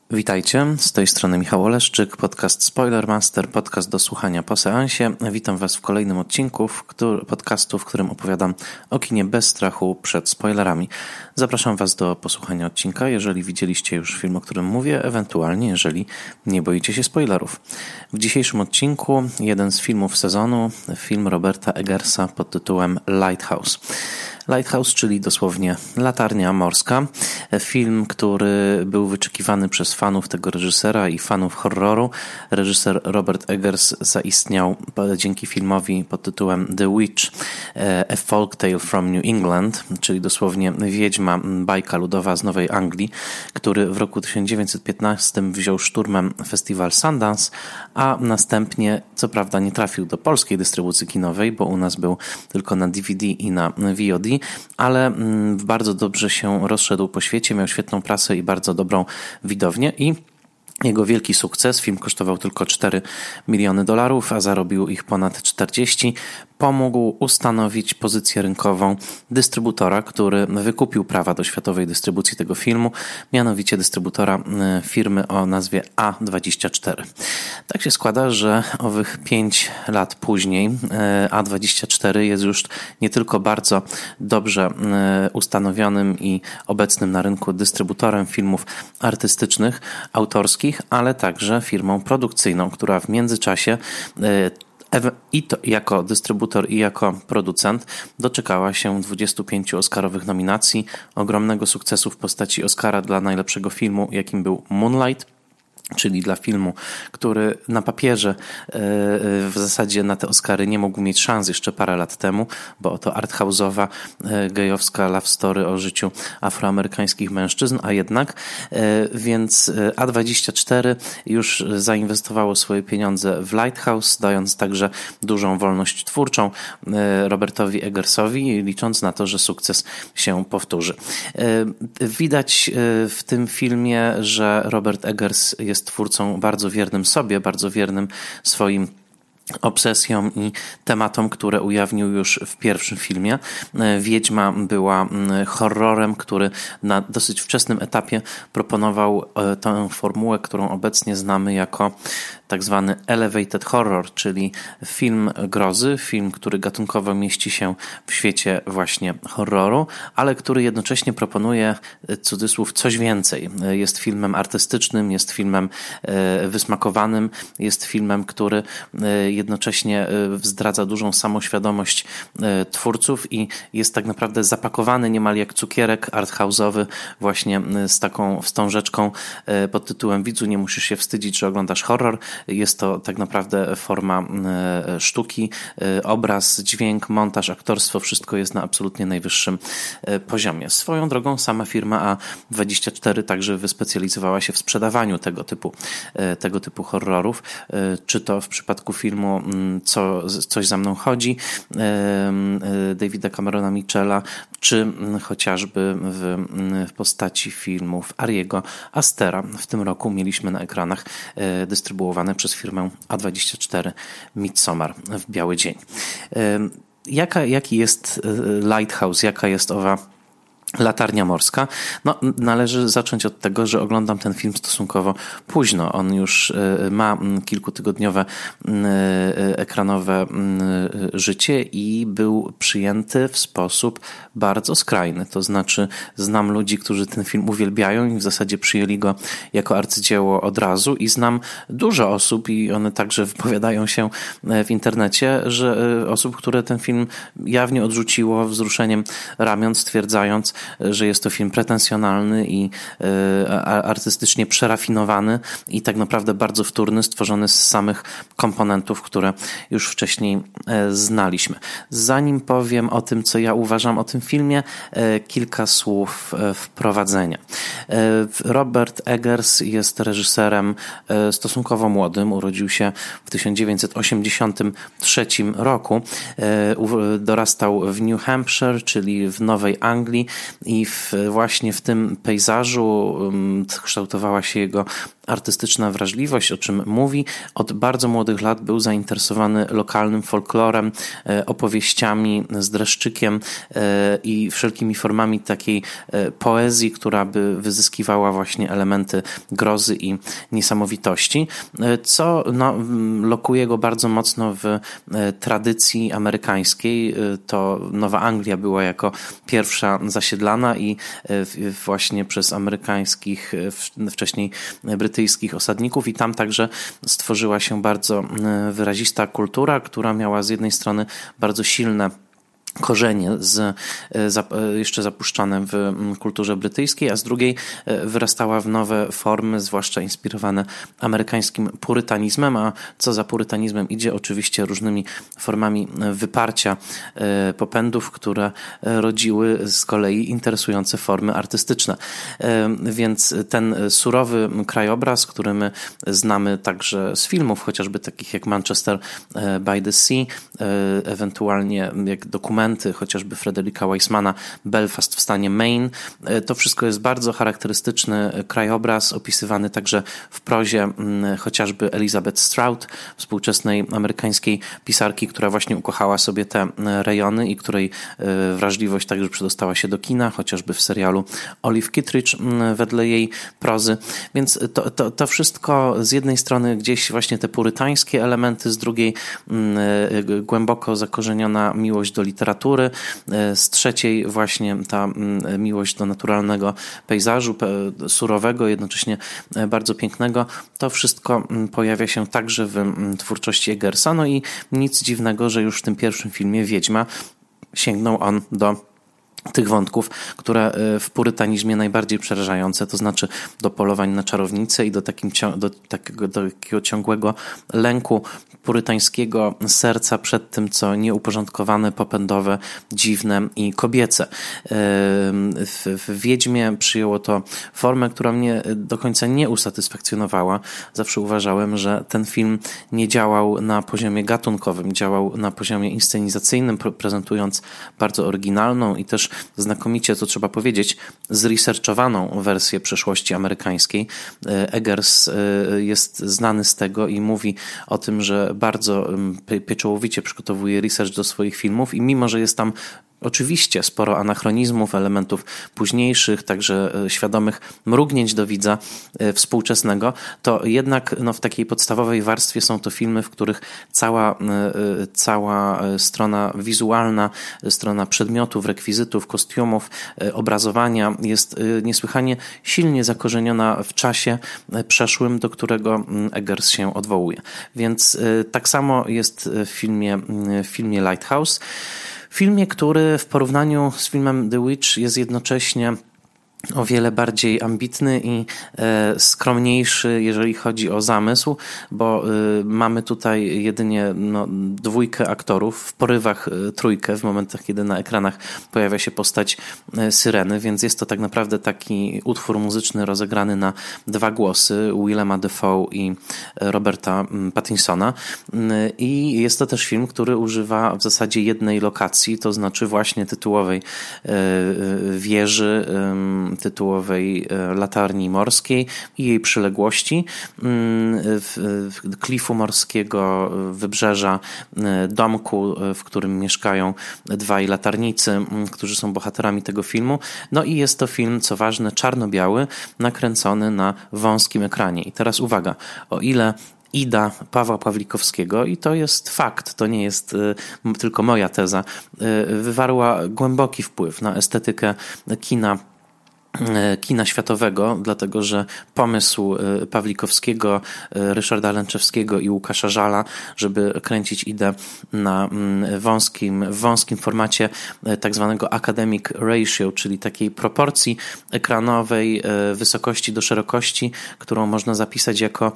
Witajcie, z tej strony Michał Oleszczyk, podcast Spoilermaster, podcast do słuchania po seansie. Witam Was w kolejnym odcinku podcastu, w którym opowiadam o kinie bez strachu przed spoilerami. Zapraszam Was do posłuchania odcinka, jeżeli widzieliście już film, o którym mówię, ewentualnie jeżeli nie boicie się spoilerów. W dzisiejszym odcinku jeden z filmów sezonu, film Roberta Eggersa pod tytułem Lighthouse. Lighthouse, czyli dosłownie latarnia morska. Film, który był wyczekiwany przez fanów tego reżysera i fanów horroru. Reżyser Robert Eggers zaistniał dzięki filmowi pod tytułem The Witch, A Folktale from New England, czyli dosłownie wiedźma, bajka ludowa z Nowej Anglii, który w roku 1915 wziął szturmem festiwal Sundance, a następnie, co prawda, nie trafił do polskiej dystrybucji kinowej, bo u nas był tylko na DVD i na VOD, ale bardzo dobrze się rozszedł po świecie, miał świetną prasę i bardzo dobrą widownię i jego wielki sukces, film kosztował tylko $4 miliony, a zarobił ich ponad 40, pomógł ustanowić pozycję rynkową dystrybutora, który wykupił prawa do światowej dystrybucji tego filmu, mianowicie dystrybutora firmy o nazwie A24. Tak się składa, że owych 5 lat później A24 jest już nie tylko bardzo dobrze ustanowionym i obecnym na rynku dystrybutorem filmów artystycznych, autorskich, ale także firmą produkcyjną, która w międzyczasie i to jako dystrybutor i jako producent doczekała się 25 Oscarowych nominacji, ogromnego sukcesu w postaci Oscara dla najlepszego filmu, jakim był Moonlight, czyli dla filmu, który na papierze w zasadzie na te Oscary nie mógł mieć szans jeszcze parę lat temu, bo oto arthouse'owa, gejowska love story o życiu afroamerykańskich mężczyzn, a jednak, więc A24 już zainwestowało swoje pieniądze w Lighthouse, dając także dużą wolność twórczą Robertowi Eggersowi, licząc na to, że sukces się powtórzy. Widać w tym filmie, że Robert Eggers jest twórcą bardzo wiernym sobie, bardzo wiernym swoim obsesjom i tematom, które ujawnił już w pierwszym filmie. Wiedźma była horrorem, który na dosyć wczesnym etapie proponował tę formułę, którą obecnie znamy jako tak zwany elevated horror, czyli film grozy, film, który gatunkowo mieści się w świecie właśnie horroru, ale który jednocześnie proponuje, cudzysłów, coś więcej. Jest filmem artystycznym, jest filmem wysmakowanym, jest filmem, który jednocześnie zdradza dużą samoświadomość twórców i jest tak naprawdę zapakowany niemal jak cukierek arthouse'owy właśnie z taką wstążeczką pod tytułem "Widzu, nie musisz się wstydzić, że oglądasz horror". Jest to tak naprawdę forma sztuki, obraz, dźwięk, montaż, aktorstwo, wszystko jest na absolutnie najwyższym poziomie. Swoją drogą sama firma A24 także wyspecjalizowała się w sprzedawaniu tego typu horrorów, czy to w przypadku filmu Coś za mną chodzi Davida Camerona Mitchella, czy chociażby w postaci filmów Ariego Astera. W tym roku mieliśmy na ekranach dystrybuowane przez firmę A24 Midsommar w biały dzień. Jaki jest Lighthouse? Jaka jest owa latarnia morska? No, należy zacząć od tego, że oglądam ten film stosunkowo późno. On już ma kilkutygodniowe ekranowe życie i był przyjęty w sposób bardzo skrajny. To znaczy, znam ludzi, którzy ten film uwielbiają i w zasadzie przyjęli go jako arcydzieło od razu, i znam dużo osób, i one także wypowiadają się w internecie, że osób, które ten film jawnie odrzuciło wzruszeniem ramion, stwierdzając, że jest to film pretensjonalny i artystycznie przerafinowany i tak naprawdę bardzo wtórny, stworzony z samych komponentów, które już wcześniej znaliśmy. Zanim powiem o tym, co ja uważam o tym filmie, kilka słów wprowadzenia. Robert Eggers jest reżyserem stosunkowo młodym, urodził się w 1983 roku, dorastał w New Hampshire, czyli w Nowej Anglii, i właśnie w tym pejzażu kształtowała się jego artystyczna wrażliwość, o czym mówi. Od bardzo młodych lat był zainteresowany lokalnym folklorem, opowieściami z dreszczykiem i wszelkimi formami takiej poezji, która by wyzyskiwała właśnie elementy grozy i niesamowitości, co lokuje go bardzo mocno w tradycji amerykańskiej. To Nowa Anglia była jako pierwsza zasiedlana i właśnie przez amerykańskich, wcześniej brytyjskich osadników, i tam także stworzyła się bardzo wyrazista kultura, która miała z jednej strony bardzo silne korzenie jeszcze zapuszczane w kulturze brytyjskiej, a z drugiej wyrastała w nowe formy, zwłaszcza inspirowane amerykańskim purytanizmem, a co za purytanizmem idzie, oczywiście różnymi formami wyparcia popędów, które rodziły z kolei interesujące formy artystyczne. Więc ten surowy krajobraz, który my znamy także z filmów, chociażby takich jak Manchester by the Sea, ewentualnie jak dokumenty chociażby Fredericka Weissmana, Belfast w stanie Maine. To wszystko jest bardzo charakterystyczny krajobraz, opisywany także w prozie chociażby Elizabeth Strout, współczesnej amerykańskiej pisarki, która właśnie ukochała sobie te rejony i której wrażliwość także przedostała się do kina, chociażby w serialu Olive Kittredge wedle jej prozy. Więc to wszystko z jednej strony gdzieś właśnie te purytańskie elementy, z drugiej głęboko zakorzeniona miłość do literatury, z trzeciej właśnie ta miłość do naturalnego pejzażu, surowego, jednocześnie bardzo pięknego. To wszystko pojawia się także w twórczości Eggersa. No i nic dziwnego, że już w tym pierwszym filmie Wiedźma sięgnął on do tych wątków, które w purytanizmie najbardziej przerażające, to znaczy do polowań na czarownice i do takiego ciągłego lęku purytańskiego serca przed tym, co nieuporządkowane, popędowe, dziwne i kobiece. W Wiedźmie przyjęło to formę, która mnie do końca nie usatysfakcjonowała. Zawsze uważałem, że ten film nie działał na poziomie gatunkowym, działał na poziomie inscenizacyjnym, prezentując bardzo oryginalną i też znakomicie, co trzeba powiedzieć, zresearchowaną wersję przeszłości amerykańskiej. Eggers jest znany z tego i mówi o tym, że bardzo pieczołowicie przygotowuje research do swoich filmów i mimo, że jest tam oczywiście sporo anachronizmów, elementów późniejszych, także świadomych mrugnięć do widza współczesnego, to jednak w takiej podstawowej warstwie są to filmy, w których cała strona wizualna, strona przedmiotów, rekwizytów, kostiumów, obrazowania jest niesłychanie silnie zakorzeniona w czasie przeszłym, do którego Eggers się odwołuje. Więc tak samo jest w filmie Lighthouse. Filmie, który w porównaniu z filmem The Witch jest jednocześnie o wiele bardziej ambitny i skromniejszy, jeżeli chodzi o zamysł, bo mamy tutaj jedynie dwójkę aktorów, w porywach trójkę, w momentach, kiedy na ekranach pojawia się postać Syreny, więc jest to tak naprawdę taki utwór muzyczny rozegrany na dwa głosy, Willema Dafoe i Roberta Pattinsona. I jest to też film, który używa w zasadzie jednej lokacji, to znaczy właśnie tytułowej wieży, tytułowej latarni morskiej i jej przyległości, klifu morskiego, wybrzeża, domku, w którym mieszkają dwaj latarnicy, którzy są bohaterami tego filmu. No i jest to film, co ważne, czarno-biały, nakręcony na wąskim ekranie. I teraz uwaga, o ile Ida Pawła Pawlikowskiego, i to jest fakt, to nie jest tylko moja teza, wywarła głęboki wpływ na estetykę kina światowego, dlatego że pomysł Pawlikowskiego, Ryszarda Lęczewskiego i Łukasza Żala, żeby kręcić Idę na wąskim formacie tak zwanego academic ratio, czyli takiej proporcji ekranowej wysokości do szerokości, którą można zapisać jako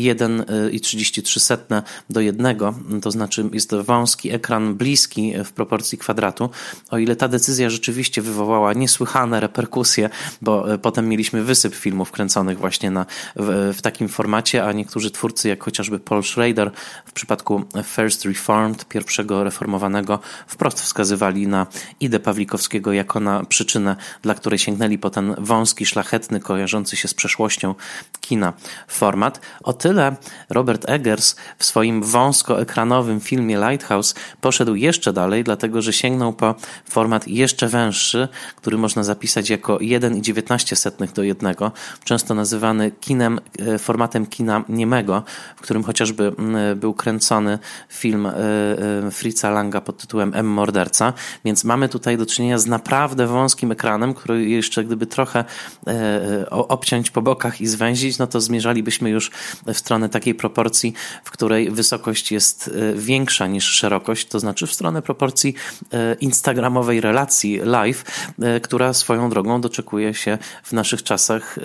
1,33 do 1, to znaczy jest to wąski ekran bliski w proporcji kwadratu. O ile ta decyzja rzeczywiście wywołała niesłychane reperkusje bo potem mieliśmy wysyp filmów kręconych właśnie w takim formacie, a niektórzy twórcy, jak chociażby Paul Schrader w przypadku First Reformed, pierwszego reformowanego, wprost wskazywali na Idę Pawlikowskiego jako na przyczynę, dla której sięgnęli po ten wąski, szlachetny, kojarzący się z przeszłością kina format. O tyle Robert Eggers w swoim wąskoekranowym filmie Lighthouse poszedł jeszcze dalej, dlatego że sięgnął po format jeszcze węższy, który można zapisać jako 1,19:1, często nazywany formatem kina niemego, w którym chociażby był kręcony film Fritza Langa pod tytułem M. Morderca, więc mamy tutaj do czynienia z naprawdę wąskim ekranem, który jeszcze gdyby trochę obciąć po bokach i zwęzić, no to zmierzalibyśmy już w stronę takiej proporcji, w której wysokość jest większa niż szerokość, to znaczy w stronę proporcji instagramowej relacji live, która swoją drogą doczekuje się w naszych czasach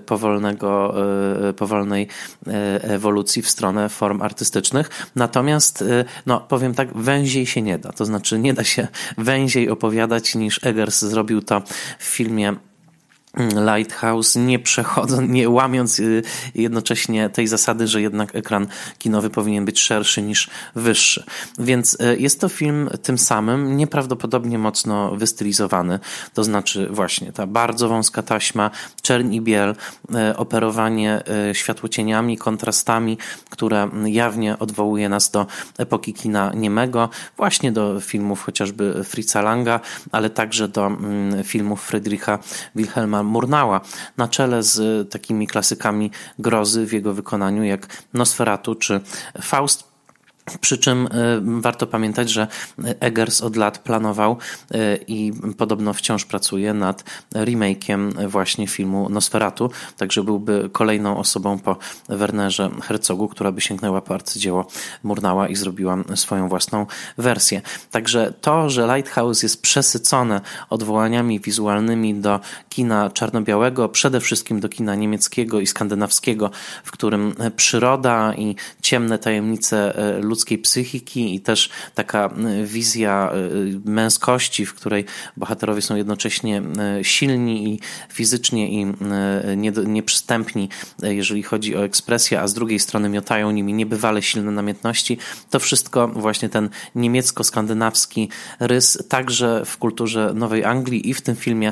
powolnej ewolucji w stronę form artystycznych. Natomiast, no powiem tak, węziej się nie da. To znaczy nie da się węziej opowiadać niż Eggers zrobił to w filmie Lighthouse, nie łamiąc jednocześnie tej zasady, że jednak ekran kinowy powinien być szerszy niż wyższy. Więc jest to film tym samym nieprawdopodobnie mocno wystylizowany. To znaczy właśnie ta bardzo wąska taśma, czerń i biel, operowanie światłocieniami, kontrastami, które jawnie odwołuje nas do epoki kina niemego, właśnie do filmów chociażby Fritza Langa, ale także do filmów Friedricha Wilhelma Murnała, na czele z takimi klasykami grozy w jego wykonaniu jak Nosferatu czy Faust. Przy czym warto pamiętać, że Eggers od lat planował i podobno wciąż pracuje nad remake'iem właśnie filmu Nosferatu, także byłby kolejną osobą po Wernerze Herzogu, która by sięgnęła po arcydzieło Murnała i zrobiła swoją własną wersję. Także to, że Lighthouse jest przesycone odwołaniami wizualnymi do kina czarno-białego, przede wszystkim do kina niemieckiego i skandynawskiego, w którym przyroda i ciemne tajemnice ludzkiej psychiki i też taka wizja męskości, w której bohaterowie są jednocześnie silni i fizycznie i nieprzystępni, jeżeli chodzi o ekspresję, a z drugiej strony miotają nimi niebywale silne namiętności. To wszystko właśnie ten niemiecko-skandynawski rys także w kulturze Nowej Anglii i w tym filmie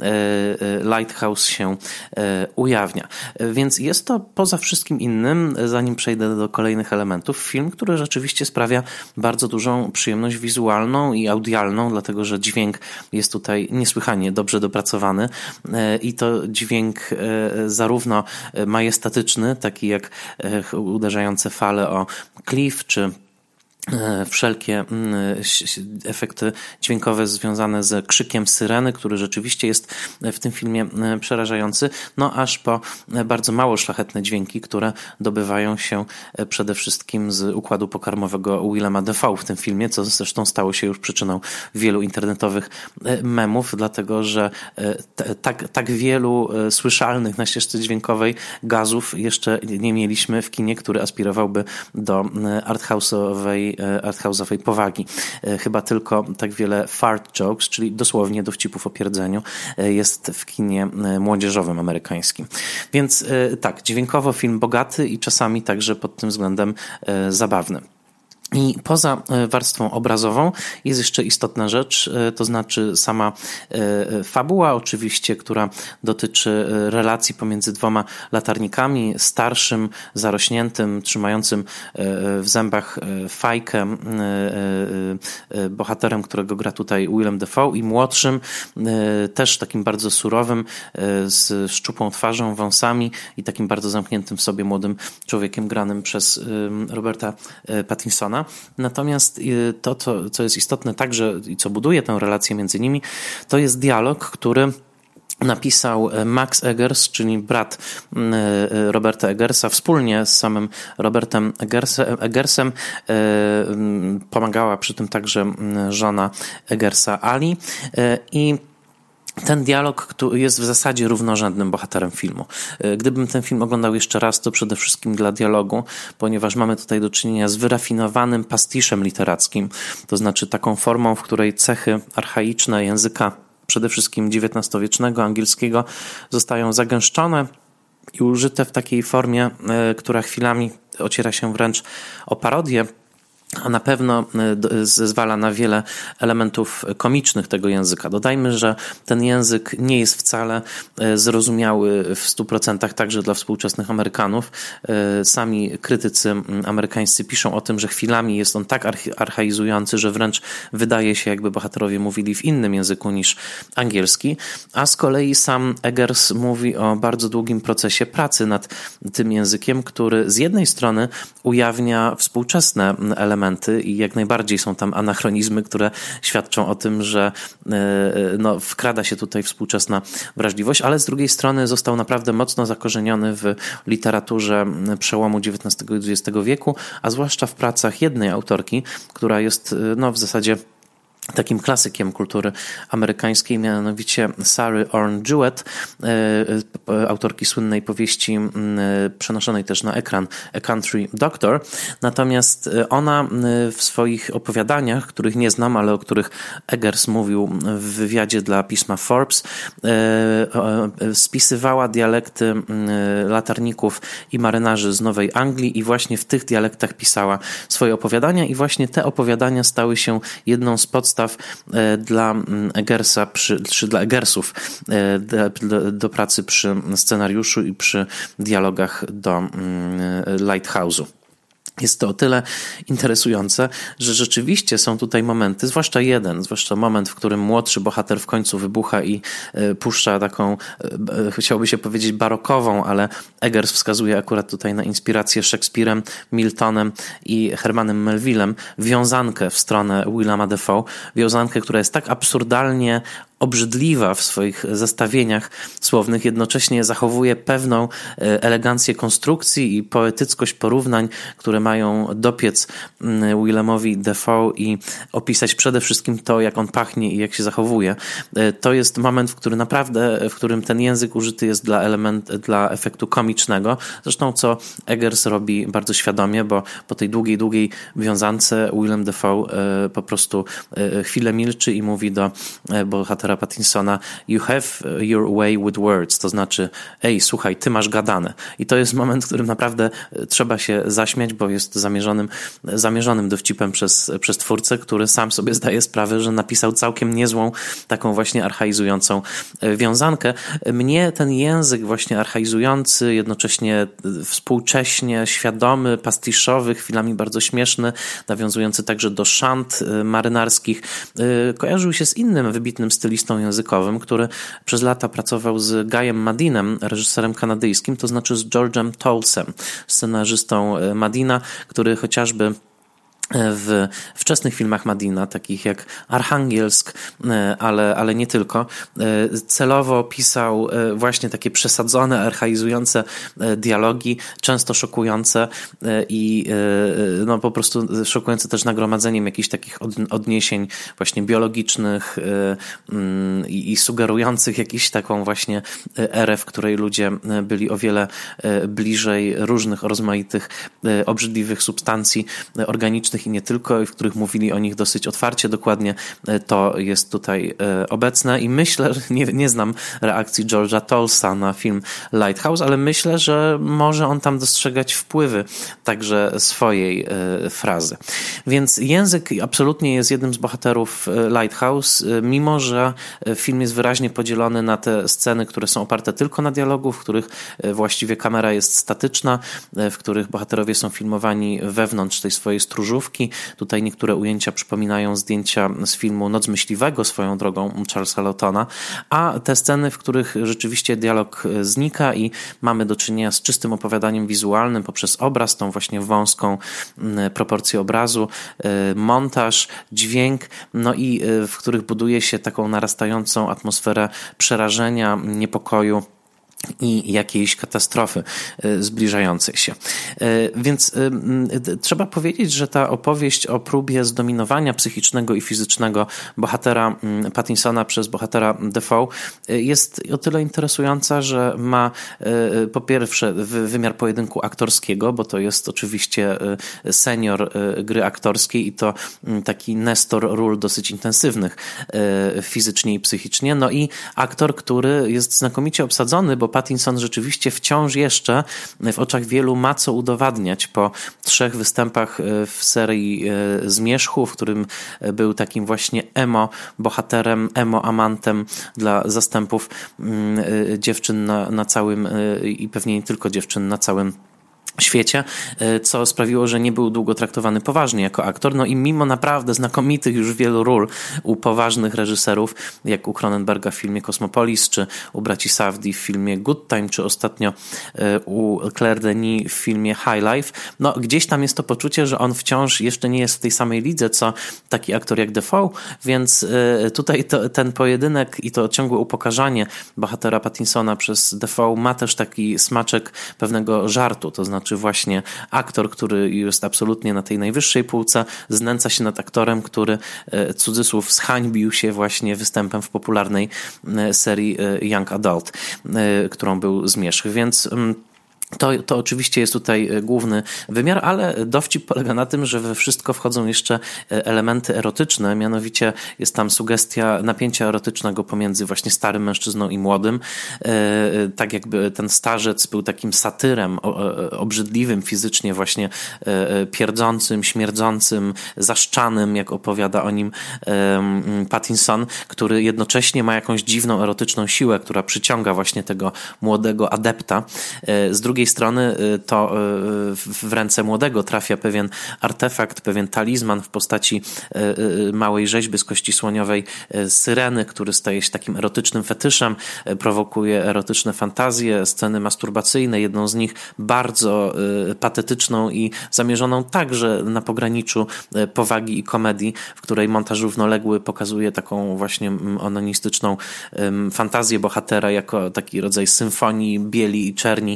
Lighthouse się ujawnia. Więc jest to poza wszystkim innym, zanim przejdę do kolejnych elementów, film, który rzeczywiście sprawia bardzo dużą przyjemność wizualną i audialną, dlatego że dźwięk jest tutaj niesłychanie dobrze dopracowany i to dźwięk zarówno majestatyczny, taki jak uderzające fale o klif, czy wszelkie efekty dźwiękowe związane z krzykiem syreny, który rzeczywiście jest w tym filmie przerażający, no aż po bardzo mało szlachetne dźwięki, które dobywają się przede wszystkim z układu pokarmowego Willema Dafoe w tym filmie, co zresztą stało się już przyczyną wielu internetowych memów, dlatego że tak wielu słyszalnych na ścieżce dźwiękowej gazów jeszcze nie mieliśmy w kinie, który aspirowałby do arthouse'owej powagi. Chyba tylko tak wiele fart jokes, czyli dosłownie dowcipów o pierdzeniu, jest w kinie młodzieżowym amerykańskim. Więc tak, dźwiękowo film bogaty i czasami także pod tym względem zabawny. I poza warstwą obrazową jest jeszcze istotna rzecz, to znaczy sama fabuła oczywiście, która dotyczy relacji pomiędzy dwoma latarnikami, starszym, zarośniętym, trzymającym w zębach fajkę bohaterem, którego gra tutaj Willem Dafoe, i młodszym, też takim bardzo surowym, z szczupłą twarzą, wąsami i takim bardzo zamkniętym w sobie młodym człowiekiem granym przez Roberta Pattinsona. Natomiast to, co jest istotne także i co buduje tę relację między nimi, to jest dialog, który napisał Max Eggers, czyli brat Roberta Eggersa, wspólnie z samym Robertem Eggersem. Pomagała przy tym także żona Eggersa, Ali. I ten dialog jest w zasadzie równorzędnym bohaterem filmu. Gdybym ten film oglądał jeszcze raz, to przede wszystkim dla dialogu, ponieważ mamy tutaj do czynienia z wyrafinowanym pastiszem literackim, to znaczy taką formą, w której cechy archaiczne języka przede wszystkim XIX-wiecznego, angielskiego, zostają zagęszczone i użyte w takiej formie, która chwilami ociera się wręcz o parodię, a na pewno zezwala na wiele elementów komicznych tego języka. Dodajmy, że ten język nie jest wcale zrozumiały w 100% także dla współczesnych Amerykanów. Sami krytycy amerykańscy piszą o tym, że chwilami jest on tak archaizujący, że wręcz wydaje się, jakby bohaterowie mówili w innym języku niż angielski, a z kolei sam Eggers mówi o bardzo długim procesie pracy nad tym językiem, który z jednej strony ujawnia współczesne elementy i jak najbardziej są tam anachronizmy, które świadczą o tym, że wkrada się tutaj współczesna wrażliwość, ale z drugiej strony został naprawdę mocno zakorzeniony w literaturze przełomu XIX i XX wieku, a zwłaszcza w pracach jednej autorki, która jest w zasadzie takim klasykiem kultury amerykańskiej, mianowicie Sary Orne Jewett, autorki słynnej powieści przenoszonej też na ekran A Country Doctor. Natomiast ona w swoich opowiadaniach, których nie znam, ale o których Eggers mówił w wywiadzie dla pisma Forbes, spisywała dialekty latarników i marynarzy z Nowej Anglii i właśnie w tych dialektach pisała swoje opowiadania i właśnie te opowiadania stały się jedną z podstaw dla Eggersa, czy dla Eggersów do pracy przy scenariuszu i przy dialogach do Lighthouse'u. Jest to o tyle interesujące, że rzeczywiście są tutaj momenty, zwłaszcza moment, w którym młodszy bohater w końcu wybucha i puszcza taką, chciałoby się powiedzieć barokową, ale Eggers wskazuje akurat tutaj na inspirację Szekspirem, Miltonem i Hermanem Melvillem, wiązankę w stronę Willema Dafoe, wiązankę, która jest tak absurdalnie obrzydliwa w swoich zestawieniach słownych, jednocześnie zachowuje pewną elegancję konstrukcji i poetyckość porównań, które mają dopiec Willemowi Dafoe i opisać przede wszystkim to, jak on pachnie i jak się zachowuje. To jest moment, w którym ten język użyty jest dla efektu komicznego. Zresztą co Eggers robi bardzo świadomie, bo po tej długiej wiązance Willem Dafoe po prostu chwilę milczy i mówi do bohatera Pattinsona: "You have your way with words", to znaczy: ej, słuchaj, ty masz gadane. I to jest moment, w którym naprawdę trzeba się zaśmiać, bo jest zamierzonym dowcipem przez twórcę, który sam sobie zdaje sprawę, że napisał całkiem niezłą, taką właśnie archaizującą wiązankę. Mnie ten język właśnie archaizujący, jednocześnie współcześnie świadomy, pastiszowy, chwilami bardzo śmieszny, nawiązujący także do szant marynarskich, kojarzył się z innym wybitnym stylistą językowym, który przez lata pracował z Guyem Madinem, reżyserem kanadyjskim, to znaczy z George'em Tolsem, scenarzystą Madina, który chociażby w wczesnych filmach Madina, takich jak Archangelsk, ale nie tylko, celowo pisał właśnie takie przesadzone, archaizujące dialogi, często szokujące i po prostu szokujące też nagromadzeniem jakichś takich odniesień właśnie biologicznych i sugerujących jakąś taką właśnie erę, w której ludzie byli o wiele bliżej różnych rozmaitych obrzydliwych substancji organicznych i nie tylko, i w których mówili o nich dosyć otwarcie, dokładnie to jest tutaj obecne i myślę, że nie znam reakcji George'a Tolsa na film Lighthouse, ale myślę, że może on tam dostrzegać wpływy także swojej frazy. Więc język absolutnie jest jednym z bohaterów Lighthouse, mimo że film jest wyraźnie podzielony na te sceny, które są oparte tylko na dialogu, w których właściwie kamera jest statyczna, w których bohaterowie są filmowani wewnątrz tej swojej stróżówki. Tutaj niektóre ujęcia przypominają zdjęcia z filmu Noc Myśliwego, swoją drogą, Charlesa Lautona, a te sceny, w których rzeczywiście dialog znika i mamy do czynienia z czystym opowiadaniem wizualnym poprzez obraz, tą właśnie wąską proporcję obrazu, montaż, dźwięk, i w których buduje się taką narastającą atmosferę przerażenia, niepokoju i jakiejś katastrofy zbliżającej się. Więc trzeba powiedzieć, że ta opowieść o próbie zdominowania psychicznego i fizycznego bohatera Pattinsona przez bohatera Defoe jest o tyle interesująca, że ma po pierwsze wymiar pojedynku aktorskiego, bo to jest oczywiście senior gry aktorskiej i to taki nestor ról dosyć intensywnych fizycznie i psychicznie. No i aktor, który jest znakomicie obsadzony, bo Pattinson rzeczywiście wciąż jeszcze w oczach wielu ma co udowadniać po 3 występach w serii Zmierzchu, w którym był takim właśnie emo bohaterem, emo amantem dla zastępów dziewczyn na całym i pewnie nie tylko dziewczyn na całym świecie, co sprawiło, że nie był długo traktowany poważnie jako aktor. No i mimo naprawdę znakomitych już wielu ról u poważnych reżyserów, jak u Cronenberga w filmie Cosmopolis, czy u braci Safdie w filmie Good Time, czy ostatnio u Claire Denis w filmie High Life, no gdzieś tam jest to poczucie, że on wciąż jeszcze nie jest w tej samej lidze, co taki aktor jak Defoe, więc tutaj ten pojedynek i to ciągłe upokarzanie bohatera Pattinsona przez Defoe ma też taki smaczek pewnego żartu, to znaczy właśnie aktor, który jest absolutnie na tej najwyższej półce, znęca się nad aktorem, który, cudzysłów, zhańbił się właśnie występem w popularnej serii Young Adult, którą był Zmierzch, więc to oczywiście jest tutaj główny wymiar, ale dowcip polega na tym, że we wszystko wchodzą jeszcze elementy erotyczne, mianowicie jest tam sugestia napięcia erotycznego pomiędzy właśnie starym mężczyzną i młodym. Tak jakby ten starzec był takim satyrem obrzydliwym fizycznie, właśnie pierdzącym, śmierdzącym, zaszczanym, jak opowiada o nim Pattinson, który jednocześnie ma jakąś dziwną erotyczną siłę, która przyciąga właśnie tego młodego adepta. Z drugiej strony to w ręce młodego trafia pewien artefakt, pewien talizman w postaci małej rzeźby z kości słoniowej syreny, który staje się takim erotycznym fetyszem, prowokuje erotyczne fantazje, sceny masturbacyjne, jedną z nich bardzo patetyczną i zamierzoną także na pograniczu powagi i komedii, w której montaż równoległy pokazuje taką właśnie onanistyczną fantazję bohatera jako taki rodzaj symfonii bieli i czerni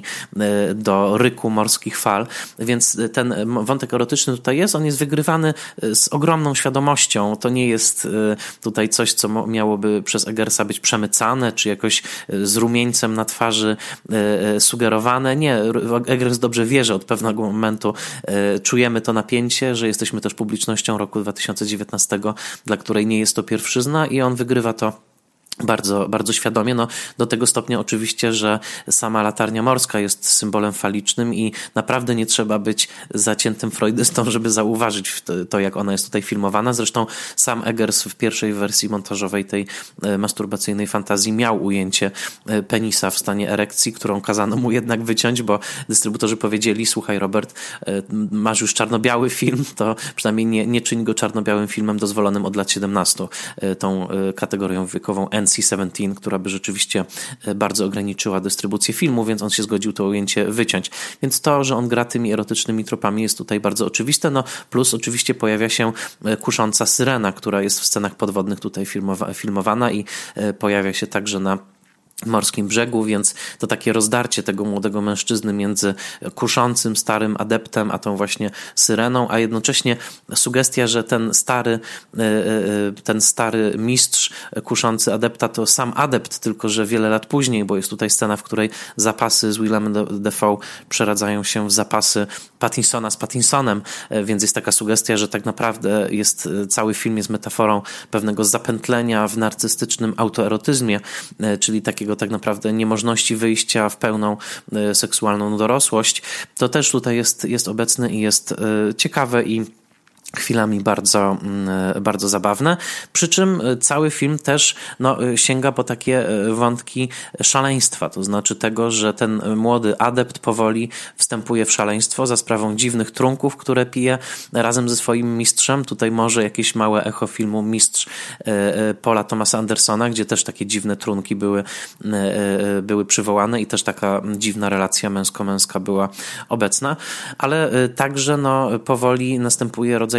do ryku morskich fal, więc ten wątek erotyczny tutaj jest, on jest wygrywany z ogromną świadomością, to nie jest tutaj coś, co miałoby przez Eggersa być przemycane, czy jakoś z rumieńcem na twarzy sugerowane, nie, Eggers dobrze wie, że od pewnego momentu czujemy to napięcie, że jesteśmy też publicznością roku 2019, dla której nie jest to pierwszyzna i on wygrywa to bardzo, bardzo świadomie, no do tego stopnia oczywiście, że sama latarnia morska jest symbolem falicznym i naprawdę nie trzeba być zaciętym freudystą, żeby zauważyć to, jak ona jest tutaj filmowana. Zresztą sam Eggers w pierwszej wersji montażowej tej masturbacyjnej fantazji miał ujęcie penisa w stanie erekcji, którą kazano mu jednak wyciąć, bo dystrybutorzy powiedzieli: słuchaj Robert, masz już czarno-biały film, to przynajmniej nie czyń go czarno-białym filmem dozwolonym od lat 17, tą kategorią wiekową NC-17, która by rzeczywiście bardzo ograniczyła dystrybucję filmu, więc on się zgodził to ujęcie wyciąć. Więc to, że on gra tymi erotycznymi tropami, jest tutaj bardzo oczywiste, no plus oczywiście pojawia się kusząca syrena, która jest w scenach podwodnych tutaj filmowana i pojawia się także na morskim brzegu, więc to takie rozdarcie tego młodego mężczyzny między kuszącym starym adeptem, a tą właśnie syreną, a jednocześnie sugestia, że ten stary mistrz kuszący adepta to sam adept, tylko że wiele lat później, bo jest tutaj scena, w której zapasy z Willemem Dafoe przeradzają się w zapasy Pattinsona z Pattinsonem, więc jest taka sugestia, że tak naprawdę cały film jest metaforą pewnego zapętlenia w narcystycznym autoerotyzmie, czyli takiego tak naprawdę niemożności wyjścia w pełną seksualną dorosłość. To też tutaj jest obecne i jest ciekawe i chwilami bardzo, bardzo zabawne, przy czym cały film też sięga po takie wątki szaleństwa, to znaczy tego, że ten młody adept powoli wstępuje w szaleństwo za sprawą dziwnych trunków, które pije razem ze swoim mistrzem. Tutaj może jakieś małe echo filmu Mistrz Paula Thomasa Andersona, gdzie też takie dziwne trunki były przywołane i też taka dziwna relacja męsko-męska była obecna, ale także powoli następuje rodzaj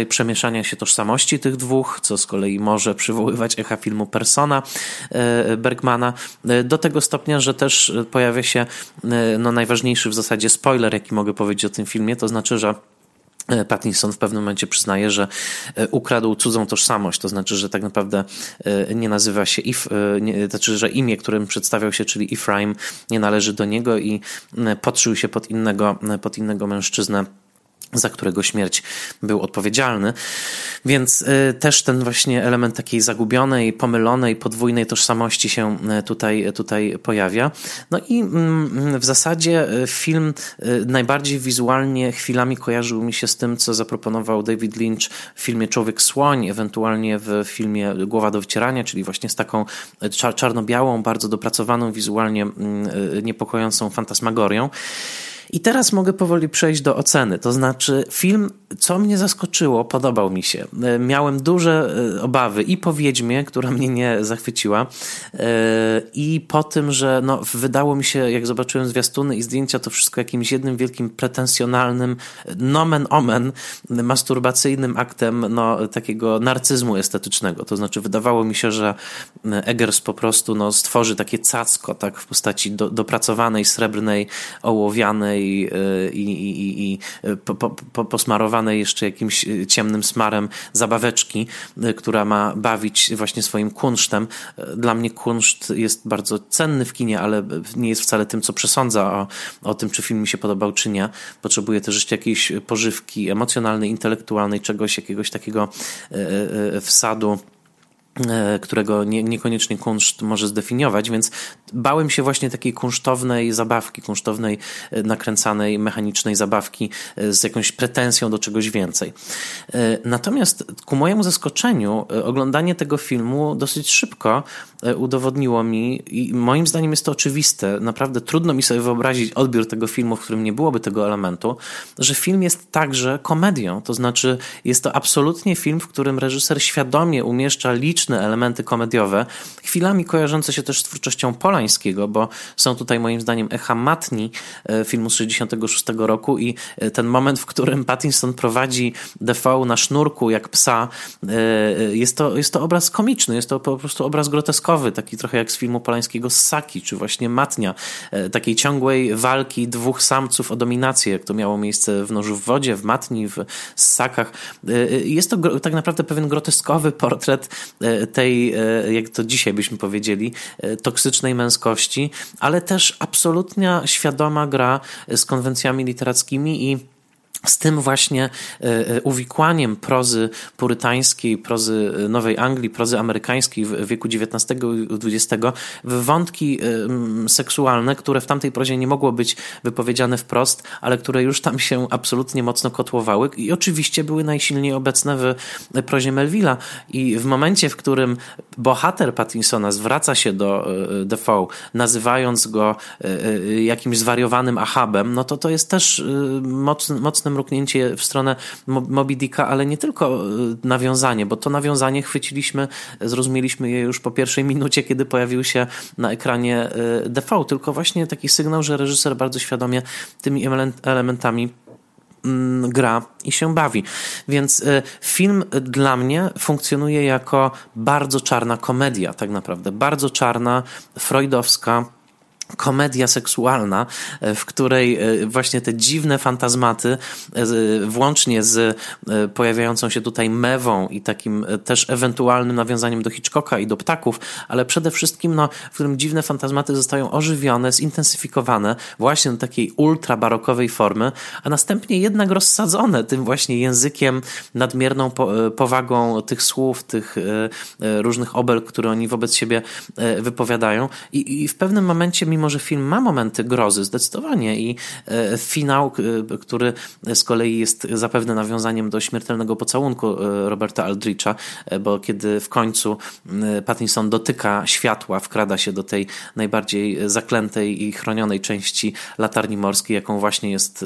przemieszania się tożsamości tych dwóch, co z kolei może przywoływać echa filmu Persona Bergmana, do tego stopnia, że też pojawia się najważniejszy w zasadzie spoiler, jaki mogę powiedzieć o tym filmie, to znaczy, że Pattinson w pewnym momencie przyznaje, że ukradł cudzą tożsamość, to znaczy, że tak naprawdę nie nazywa się znaczy, że imię, którym przedstawiał się, czyli Ephraim, nie należy do niego i podszył się pod innego mężczyznę, za którego śmierć był odpowiedzialny. Więc też ten właśnie element takiej zagubionej, pomylonej, podwójnej tożsamości się tutaj pojawia. No i w zasadzie film najbardziej wizualnie chwilami kojarzył mi się z tym, co zaproponował David Lynch w filmie Człowiek-słoń, ewentualnie w filmie Głowa do wycierania, czyli właśnie z taką czarno-białą, bardzo dopracowaną wizualnie, niepokojącą fantasmagorią. I teraz mogę powoli przejść do oceny. To znaczy film, co mnie zaskoczyło, podobał mi się. Miałem duże obawy i po Wiedźmie, która mnie nie zachwyciła, i po tym, że wydało mi się, jak zobaczyłem zwiastuny i zdjęcia, to wszystko jakimś jednym wielkim pretensjonalnym, nomen omen, masturbacyjnym aktem takiego narcyzmu estetycznego. To znaczy wydawało mi się, że Eggers po prostu stworzy takie cacko, tak, w postaci dopracowanej, srebrnej, ołowianej i posmarowanej jeszcze jakimś ciemnym smarem zabaweczki, która ma bawić właśnie swoim kunsztem. Dla mnie kunszt jest bardzo cenny w kinie, ale nie jest wcale tym, co przesądza o tym, czy film mi się podobał, czy nie. Potrzebuję też jeszcze jakiejś pożywki emocjonalnej, intelektualnej, czegoś, jakiegoś takiego wsadu, którego niekoniecznie kunszt może zdefiniować, więc bałem się właśnie takiej kunsztownej zabawki, kunsztownej, nakręcanej, mechanicznej zabawki z jakąś pretensją do czegoś więcej. Natomiast ku mojemu zaskoczeniu oglądanie tego filmu dosyć szybko udowodniło mi, i moim zdaniem jest to oczywiste, naprawdę trudno mi sobie wyobrazić odbiór tego filmu, w którym nie byłoby tego elementu, że film jest także komedią, to znaczy jest to absolutnie film, w którym reżyser świadomie umieszcza liczne elementy komediowe, chwilami kojarzące się też z twórczością Polańskiego, bo są tutaj moim zdaniem echa Matni, filmu z 1966 roku, i ten moment, w którym Pattinson prowadzi Defoe na sznurku jak psa, jest to obraz komiczny, jest to po prostu obraz groteskowy, taki trochę jak z filmu Polańskiego Ssaki, czy właśnie Matnia, takiej ciągłej walki dwóch samców o dominację, jak to miało miejsce w Nożu w wodzie, w Matni, w Ssakach. Jest to tak naprawdę pewien groteskowy portret tej, jak to dzisiaj byśmy powiedzieli, toksycznej męskości, ale też absolutnie świadoma gra z konwencjami literackimi i z tym właśnie uwikłaniem prozy purytańskiej, prozy Nowej Anglii, prozy amerykańskiej w wieku XIX i XX w wątki seksualne, które w tamtej prozie nie mogło być wypowiedziane wprost, ale które już tam się absolutnie mocno kotłowały i oczywiście były najsilniej obecne w prozie Melville'a. I w momencie, w którym bohater Pattinsona zwraca się do Defoe, nazywając go jakimś zwariowanym Ahabem, to jest też mocne mruknięcie w stronę Moby Dicka, ale nie tylko nawiązanie, bo to nawiązanie zrozumieliśmy je już po pierwszej minucie, kiedy pojawił się na ekranie Defoe, tylko właśnie taki sygnał, że reżyser bardzo świadomie tymi elementami gra i się bawi. Więc film dla mnie funkcjonuje jako bardzo czarna komedia, tak naprawdę. Bardzo czarna, freudowska komedia seksualna, w której właśnie te dziwne fantazmaty, włącznie z pojawiającą się tutaj mewą i takim też ewentualnym nawiązaniem do Hitchcocka i do ptaków, ale przede wszystkim, w którym dziwne fantazmaty zostają ożywione, zintensyfikowane właśnie do takiej ultra barokowej formy, a następnie jednak rozsadzone tym właśnie językiem, nadmierną powagą tych słów, tych różnych obelg, które oni wobec siebie wypowiadają. I w pewnym momencie, mimo że film ma momenty grozy zdecydowanie i finał, który z kolei jest zapewne nawiązaniem do śmiertelnego pocałunku Roberta Aldricha, bo kiedy w końcu Pattinson dotyka światła, wkrada się do tej najbardziej zaklętej i chronionej części latarni morskiej, jaką właśnie jest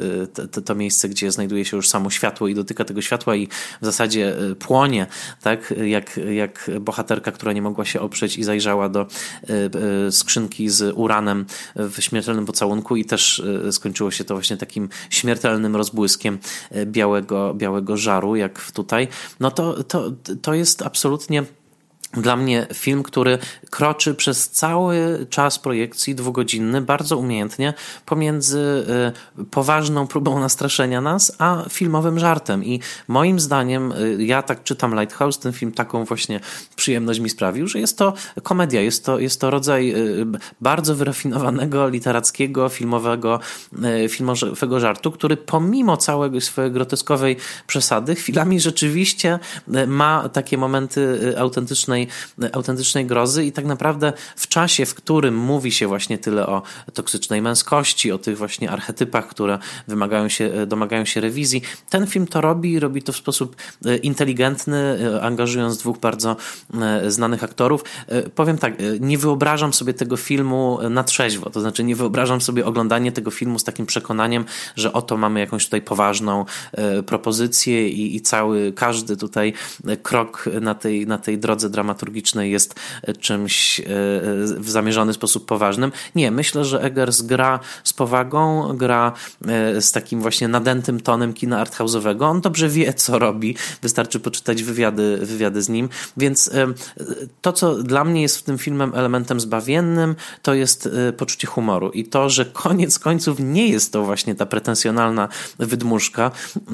to miejsce, gdzie znajduje się już samo światło, i dotyka tego światła i w zasadzie płonie, tak, jak bohaterka, która nie mogła się oprzeć i zajrzała do skrzynki z uranem w śmiertelnym pocałunku i też skończyło się to właśnie takim śmiertelnym rozbłyskiem białego żaru, jak tutaj, no to jest absolutnie dla mnie film, który kroczy przez cały czas projekcji dwugodzinny bardzo umiejętnie pomiędzy poważną próbą nastraszenia nas, a filmowym żartem. I moim zdaniem, ja tak czytam Lighthouse, ten film taką właśnie przyjemność mi sprawił, że jest to komedia, jest to rodzaj bardzo wyrafinowanego, literackiego, filmowego żartu, który pomimo całego swojej groteskowej przesady chwilami rzeczywiście ma takie momenty autentycznej grozy i tak naprawdę w czasie, w którym mówi się właśnie tyle o toksycznej męskości, o tych właśnie archetypach, które domagają się rewizji, ten film to robi to w sposób inteligentny, angażując dwóch bardzo znanych aktorów. Powiem tak, nie wyobrażam sobie tego filmu na trzeźwo, to znaczy nie wyobrażam sobie oglądania tego filmu z takim przekonaniem, że oto mamy jakąś tutaj poważną propozycję i każdy tutaj krok na tej drodze dramaturgicznej jest czymś w zamierzony sposób poważnym. Nie, myślę, że Eggers gra z powagą, gra z takim właśnie nadętym tonem kina arthouse'owego. On dobrze wie, co robi. Wystarczy poczytać wywiady z nim. Więc to, co dla mnie jest w tym filmem elementem zbawiennym, to jest poczucie humoru. I to, że koniec końców nie jest to właśnie ta pretensjonalna wydmuszka,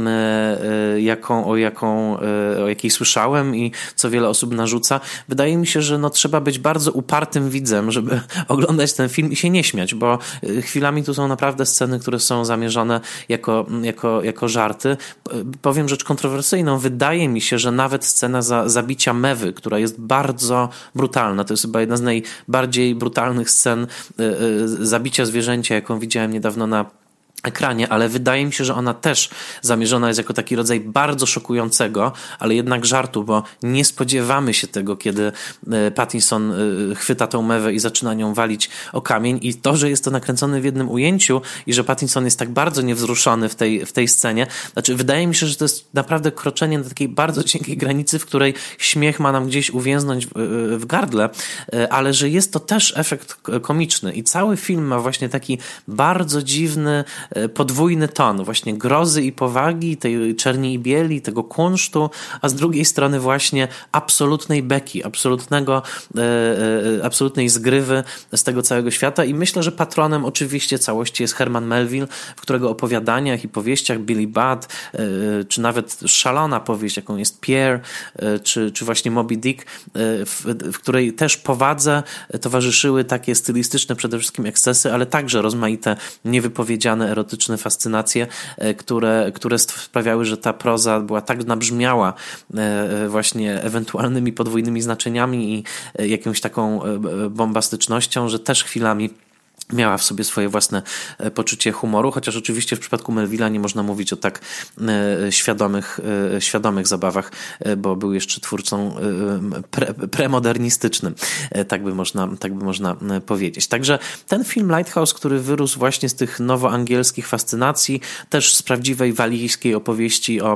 o jakiej słyszałem i co wiele osób narzuca. Wydaje mi się, że trzeba być bardzo upartym widzem, żeby oglądać ten film i się nie śmiać, bo chwilami tu są naprawdę sceny, które są zamierzone jako żarty. Powiem rzecz kontrowersyjną. Wydaje mi się, że nawet scena zabicia mewy, która jest bardzo brutalna, to jest chyba jedna z najbardziej brutalnych scen zabicia zwierzęcia, jaką widziałem niedawno na ekranie, ale wydaje mi się, że ona też zamierzona jest jako taki rodzaj bardzo szokującego, ale jednak żartu, bo nie spodziewamy się tego, kiedy Pattinson chwyta tą mewę i zaczyna nią walić o kamień i to, że jest to nakręcone w jednym ujęciu i że Pattinson jest tak bardzo niewzruszony w tej scenie, znaczy wydaje mi się, że to jest naprawdę kroczenie na takiej bardzo cienkiej granicy, w której śmiech ma nam gdzieś uwięznąć w gardle, ale że jest to też efekt komiczny i cały film ma właśnie taki bardzo dziwny podwójny ton właśnie grozy i powagi, tej czerni i bieli, tego kunsztu, a z drugiej strony właśnie absolutnej beki, absolutnej zgrywy z tego całego świata i myślę, że patronem oczywiście całości jest Herman Melville, w którego opowiadaniach i powieściach Billy Budd, czy nawet szalona powieść, jaką jest Pierre, czy właśnie Moby Dick, w której też powadze towarzyszyły takie stylistyczne przede wszystkim ekscesy, ale także rozmaite niewypowiedziane erotyczne fascynacje, które sprawiały, że ta proza była tak nabrzmiała właśnie ewentualnymi podwójnymi znaczeniami i jakąś taką bombastycznością, że też chwilami miała w sobie swoje własne poczucie humoru, chociaż oczywiście w przypadku Melville'a nie można mówić o tak świadomych zabawach, bo był jeszcze twórcą premodernistycznym, tak by można powiedzieć. Także ten film Lighthouse, który wyrósł właśnie z tych nowoangielskich fascynacji, też z prawdziwej walijskiej opowieści o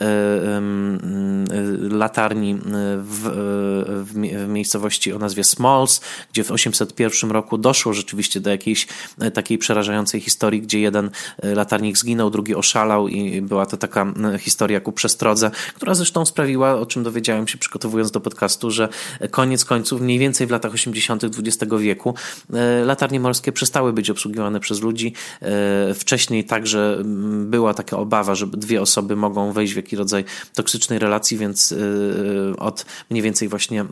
latarni w miejscowości o nazwie Smalls, gdzie w 801 roku doszło rzeczywiście do jakiejś takiej przerażającej historii, gdzie jeden latarnik zginął, drugi oszalał i była to taka historia ku przestrodze, która zresztą sprawiła, o czym dowiedziałem się przygotowując do podcastu, że koniec końców mniej więcej w latach 80. XX wieku latarnie morskie przestały być obsługiwane przez ludzi. Wcześniej także była taka obawa, że dwie osoby mogą wejść w jakiś rodzaj toksycznej relacji, więc od mniej więcej właśnie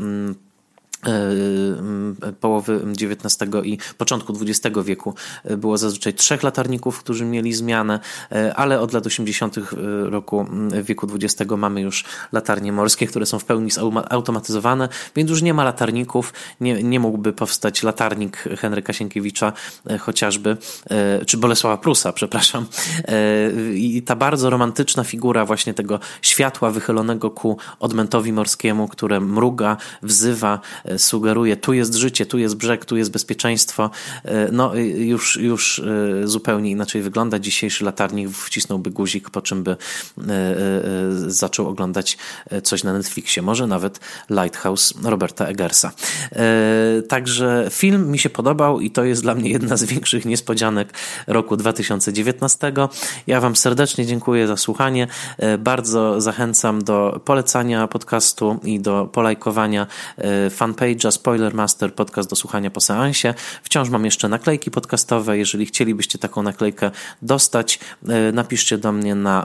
połowy XIX i początku XX wieku było zazwyczaj 3 latarników, którzy mieli zmianę, ale od lat 80. roku wieku XX mamy już latarnie morskie, które są w pełni zautomatyzowane, więc już nie ma latarników, nie mógłby powstać latarnik Henryka Sienkiewicza chociażby, czy Bolesława Prusa, przepraszam. I ta bardzo romantyczna figura właśnie tego światła wychylonego ku odmętowi morskiemu, które mruga, wzywa, sugeruje, tu jest życie, tu jest brzeg, tu jest bezpieczeństwo, no już zupełnie inaczej wygląda. Dzisiejszy latarnik wcisnąłby guzik, po czym by zaczął oglądać coś na Netflixie, może nawet Lighthouse Roberta Eggersa. Także film mi się podobał i to jest dla mnie jedna z większych niespodzianek roku 2019. Ja wam serdecznie dziękuję za słuchanie. Bardzo zachęcam do polecania podcastu i do polajkowania fanpage'a Spoilermaster, podcast do słuchania po seansie. Wciąż mam jeszcze naklejki podcastowe. Jeżeli chcielibyście taką naklejkę dostać, napiszcie do mnie na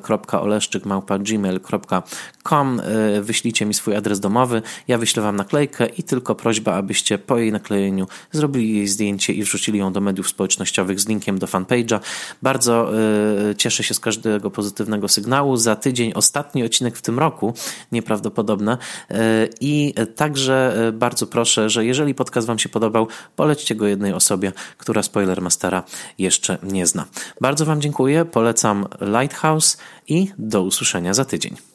michal.oleszczyk@gmail.com, wyślijcie mi swój adres domowy, ja wyślę wam naklejkę i tylko prośba, abyście po jej naklejeniu zrobili jej zdjęcie i wrzucili ją do mediów społecznościowych z linkiem do fanpage'a. Bardzo cieszę się z każdego pozytywnego sygnału. Za tydzień ostatni odcinek w tym roku, nieprawdopodobne, i także bardzo proszę, że jeżeli podcast wam się podobał, polećcie go jednej osobie, która Spoilermastera jeszcze nie zna. Bardzo wam dziękuję, polecam Lighthouse i do usłyszenia za tydzień.